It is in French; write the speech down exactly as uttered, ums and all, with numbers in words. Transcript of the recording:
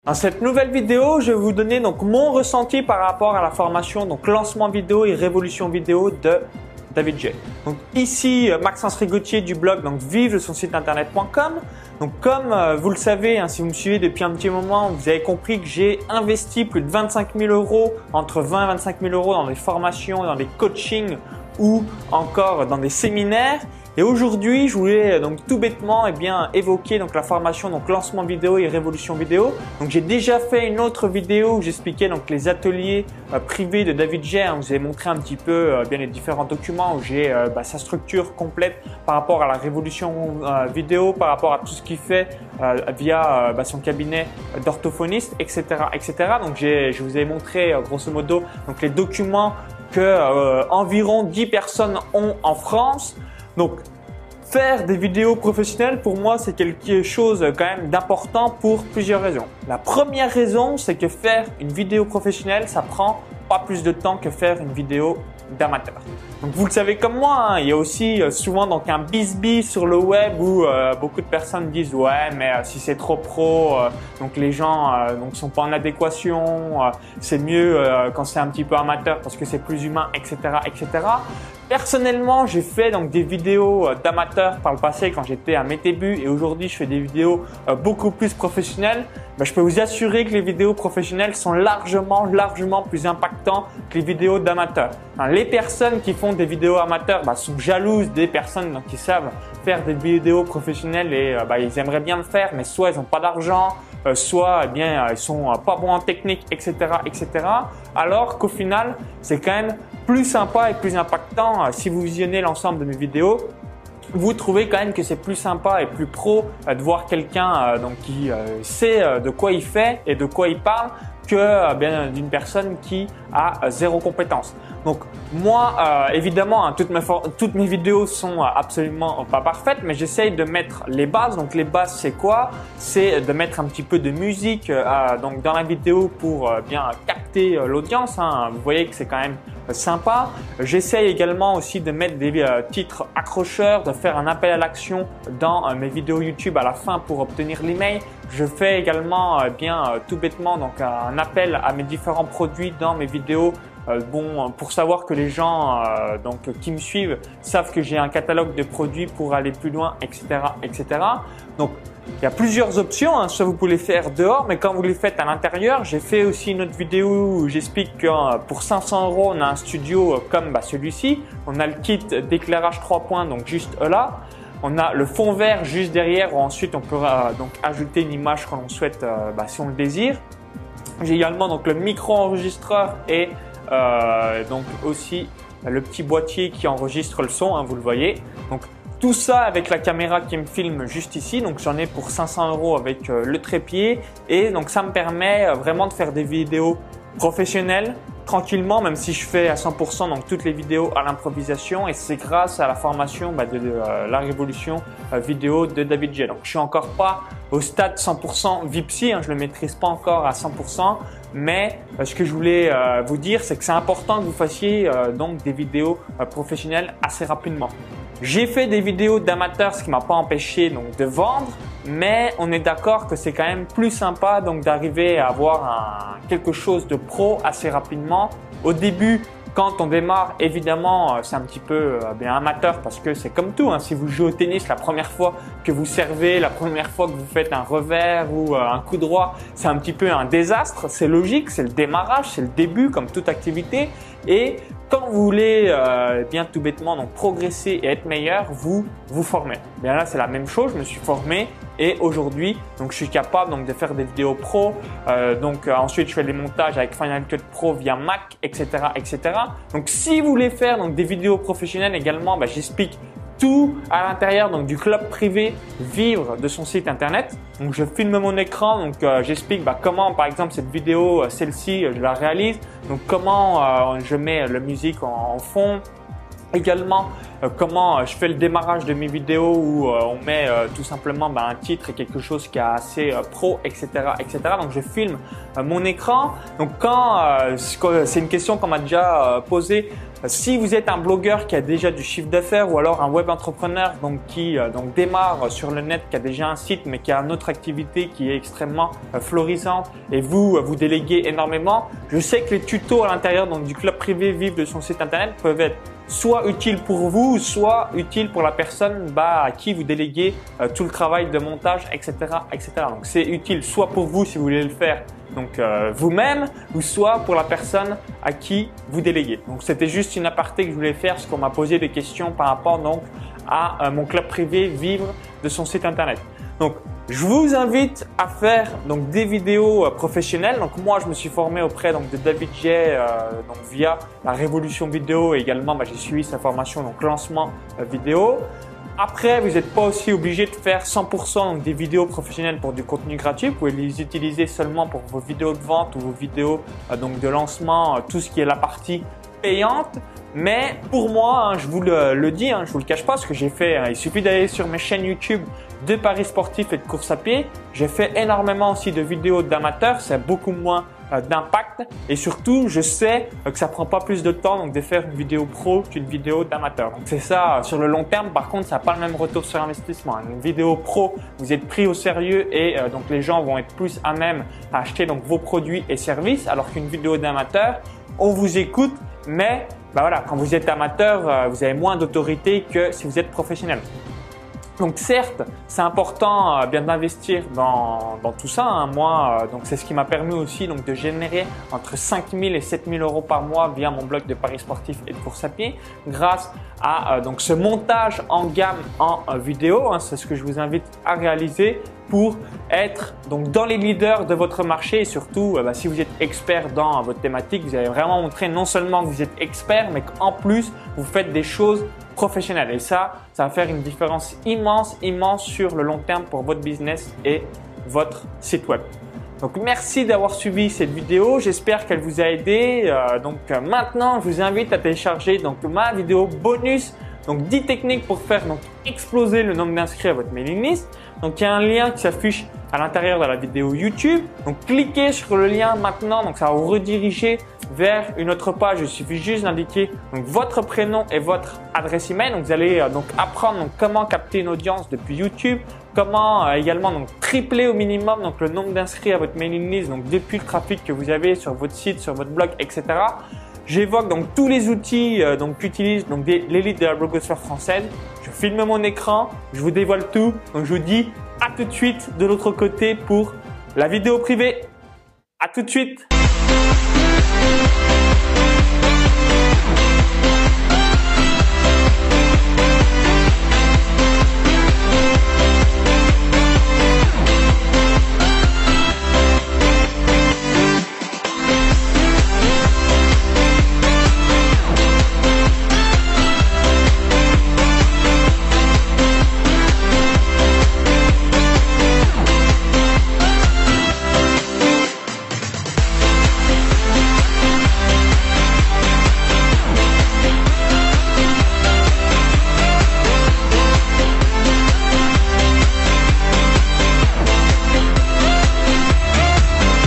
Dans cette nouvelle vidéo, je vais vous donner donc mon ressenti par rapport à la formation donc lancement vidéo et révolution vidéo de David J. Donc ici Maxence Rigotier du blog donc vive de son site internet point com. Donc comme euh, vous le savez, hein, si vous me suivez depuis un petit moment, vous avez compris que j'ai investi plus de vingt-cinq mille euros, entre vingt et vingt-cinq mille euros dans des formations, dans des coachings ou encore dans des séminaires. Et aujourd'hui, je voulais donc tout bêtement eh bien évoquer donc la formation donc lancement vidéo et révolution vidéo. Donc j'ai déjà fait une autre vidéo où j'expliquais donc les ateliers euh, privés de David J. Hein, je vous ai montré un petit peu euh, bien les différents documents où j'ai euh, bah, sa structure complète par rapport à la révolution euh, vidéo, par rapport à tout ce qu'il fait euh, via euh, bah, son cabinet d'orthophoniste, et cetera, et cetera. Donc j'ai, je vous ai montré euh, grosso modo donc les documents que euh, environ dix personnes ont en France. Donc, faire des vidéos professionnelles, pour moi, c'est quelque chose quand même d'important pour plusieurs raisons. La première raison, c'est que faire une vidéo professionnelle, ça prend pas plus de temps que faire une vidéo d'amateur. Donc, vous le savez comme moi, hein, il y a aussi euh, souvent donc un bisbis sur le web où euh, beaucoup de personnes disent ouais, mais euh, si c'est trop pro, euh, donc les gens euh, donc sont pas en adéquation, euh, c'est mieux euh, quand c'est un petit peu amateur parce que c'est plus humain, et cetera, et cetera. Personnellement, j'ai fait donc des vidéos euh, d'amateurs par le passé quand j'étais à mes débuts et aujourd'hui je fais des vidéos euh, beaucoup plus professionnelles. Ben, je peux vous assurer que les vidéos professionnelles sont largement, largement plus impactantes que les vidéos d'amateurs. Hein, les personnes qui font des vidéos amateurs ben, sont jalouses des personnes donc, qui savent faire des vidéos professionnelles et euh, ben, ils aimeraient bien le faire, mais soit ils n'ont pas d'argent, euh, soit eh bien ils sont euh, pas bons en technique, et cetera, et cetera. Alors qu'au final, c'est quand même plus sympa et plus impactant euh, si vous visionnez l'ensemble de mes vidéos. Vous trouvez quand même que c'est plus sympa et plus pro euh, de voir quelqu'un euh, donc qui euh, sait euh, de quoi il fait et de quoi il parle que euh, bien d'une personne qui a euh, zéro compétence. Donc moi, euh, évidemment, hein, toutes, mes toutes mes vidéos sont euh, absolument pas parfaites, mais j'essaye de mettre les bases. Donc les bases, c'est quoi? C'est de mettre un petit peu de musique euh, donc dans la vidéo pour euh, bien capter euh, l'audience. Hein. Vous voyez que c'est quand même sympa. J'essaye également aussi de mettre des euh, titres accrocheurs, de faire un appel à l'action dans euh, mes vidéos YouTube à la fin pour obtenir l'email. Je fais également euh, bien euh, tout bêtement donc un appel à mes différents produits dans mes vidéos. Euh, bon, pour savoir que les gens euh, donc qui me suivent savent que j'ai un catalogue de produits pour aller plus loin, et cetera, et cetera. Donc il y a plusieurs options, hein. Soit vous pouvez les faire dehors, mais quand vous les faites à l'intérieur, j'ai fait aussi une autre vidéo où j'explique que euh, pour cinq cents euros, on a un studio euh, comme bah, celui-ci. On a le kit d'éclairage trois points, donc juste là. On a le fond vert juste derrière où ensuite on peut euh, donc ajouter une image quand on souhaite, euh, bah, si on le désire. J'ai également donc le micro-enregistreur et euh, donc aussi le petit boîtier qui enregistre le son, hein, vous le voyez. Donc tout ça avec la caméra qui me filme juste ici, donc j'en ai pour cinq cents euros avec euh, le trépied et donc ça me permet euh, vraiment de faire des vidéos professionnelles tranquillement, même si je fais à cent pour cent donc toutes les vidéos à l'improvisation et c'est grâce à la formation bah, de, de euh, la révolution euh, vidéo de David J. Donc je suis encore pas au stade cent pour cent V I P C, hein, je le maîtrise pas encore à cent pour cent, mais euh, ce que je voulais euh, vous dire, c'est que c'est important que vous fassiez euh, donc des vidéos euh, professionnelles assez rapidement. J'ai fait des vidéos d'amateurs, ce qui m'a pas empêché donc de vendre, mais on est d'accord que c'est quand même plus sympa donc d'arriver à avoir un, quelque chose de pro assez rapidement. Au début, quand on démarre, évidemment, c'est un petit peu euh, bien amateur parce que c'est comme tout. Hein, si vous jouez au tennis, la première fois que vous servez, la première fois que vous faites un revers ou euh, un coup droit, c'est un petit peu un désastre. C'est logique, c'est le démarrage, c'est le début comme toute activité. Et quand vous voulez euh, bien tout bêtement donc progresser et être meilleur, vous vous formez. Bien là, c'est la même chose. Je me suis formé et aujourd'hui, donc je suis capable donc de faire des vidéos pro. Euh, donc euh, ensuite, je fais des montages avec Final Cut Pro via Mac, et cetera, et cetera. Donc si vous voulez faire donc des vidéos professionnelles également, bah, j'explique tout à l'intérieur donc du club privé vivre de son site internet. Donc je filme mon écran, donc euh, j'explique bah, comment par exemple cette vidéo, celle-ci, je la réalise. Donc comment euh, je mets la musique en, en fond, Également, euh, comment euh, je fais le démarrage de mes vidéos où euh, on met euh, tout simplement ben, un titre et quelque chose qui est assez euh, pro, et cetera, et cetera. Donc, je filme euh, mon écran. Donc, quand euh, c'est une question qu'on m'a déjà euh, posée, euh, si vous êtes un blogueur qui a déjà du chiffre d'affaires ou alors un web entrepreneur donc qui euh, donc démarre sur le net, qui a déjà un site mais qui a une autre activité qui est extrêmement euh, florissante et vous euh, vous déléguez énormément, je sais que les tutos à l'intérieur donc du club privé Vive de son site internet peuvent être soit utile pour vous, soit utile pour la personne bah, à qui vous déléguez euh, tout le travail de montage, et cetera, et cetera. Donc c'est utile soit pour vous si vous voulez le faire donc euh, vous-même, ou soit pour la personne à qui vous déléguez. Donc c'était juste une aparté que je voulais faire parce qu'on m'a posé des questions par rapport donc à euh, mon club privé Vivre de son site internet. Donc je vous invite à faire donc des vidéos euh, professionnelles. Donc moi, je me suis formé auprès donc de David Jay euh, donc via la Révolution Vidéo et également bah, j'ai suivi sa formation donc lancement euh, vidéo. Après, vous n'êtes pas aussi obligé de faire cent pour cent donc, des vidéos professionnelles pour du contenu gratuit. Vous pouvez les utiliser seulement pour vos vidéos de vente ou vos vidéos euh, donc de lancement, euh, tout ce qui est la partie payante. Mais pour moi, hein, je vous le, le dis, hein, je vous le cache pas, ce que j'ai fait, hein, il suffit d'aller sur mes chaînes YouTube de paris sportifs et de course à pied. J'ai fait énormément aussi de vidéos d'amateurs, ça a beaucoup moins euh, d'impact et surtout, je sais euh, que ça prend pas plus de temps donc de faire une vidéo pro qu'une vidéo d'amateur. Donc c'est ça, euh, sur le long terme, par contre, ça n'a pas le même retour sur investissement. Une vidéo pro, vous êtes pris au sérieux et euh, donc les gens vont être plus à même à acheter donc vos produits et services, alors qu'une vidéo d'amateur, on vous écoute, mais bah voilà, quand vous êtes amateur, euh, vous avez moins d'autorité que si vous êtes professionnel. Donc certes, c'est important euh, bien d'investir dans, dans tout ça. Hein. Moi, euh, donc c'est ce qui m'a permis aussi donc de générer entre cinq mille et sept mille euros par mois via mon blog de paris sportifs et de course à pied, grâce à euh, donc ce montage en gamme en euh, vidéo. Hein. C'est ce que je vous invite à réaliser pour être donc dans les leaders de votre marché et surtout, euh, bah, si vous êtes expert dans euh, votre thématique, vous allez vraiment montrer non seulement que vous êtes expert, mais qu'en plus vous faites des choses professionnelles. Et ça, ça va faire une différence immense, immense sur le long terme pour votre business et votre site web. Donc merci d'avoir suivi cette vidéo, j'espère qu'elle vous a aidé. Euh, donc euh, maintenant, je vous invite à télécharger donc ma vidéo bonus, donc dix techniques pour faire donc exploser le nombre d'inscrits à votre mailing list. Donc il y a un lien qui s'affiche à l'intérieur de la vidéo YouTube. Donc cliquez sur le lien maintenant, donc ça va vous rediriger vers une autre page. Il suffit juste d'indiquer donc votre prénom et votre adresse email. Donc vous allez euh, donc apprendre donc comment capter une audience depuis YouTube, comment euh, également donc tripler au minimum donc le nombre d'inscrits à votre mailing list donc depuis le trafic que vous avez sur votre site, sur votre blog, et cetera. J'évoque donc tous les outils euh, donc qu'utilise donc l'élite de la blogosphère française. Je filme mon écran, je vous dévoile tout. Donc je vous dis à tout de suite de l'autre côté pour la vidéo privée. À tout de suite.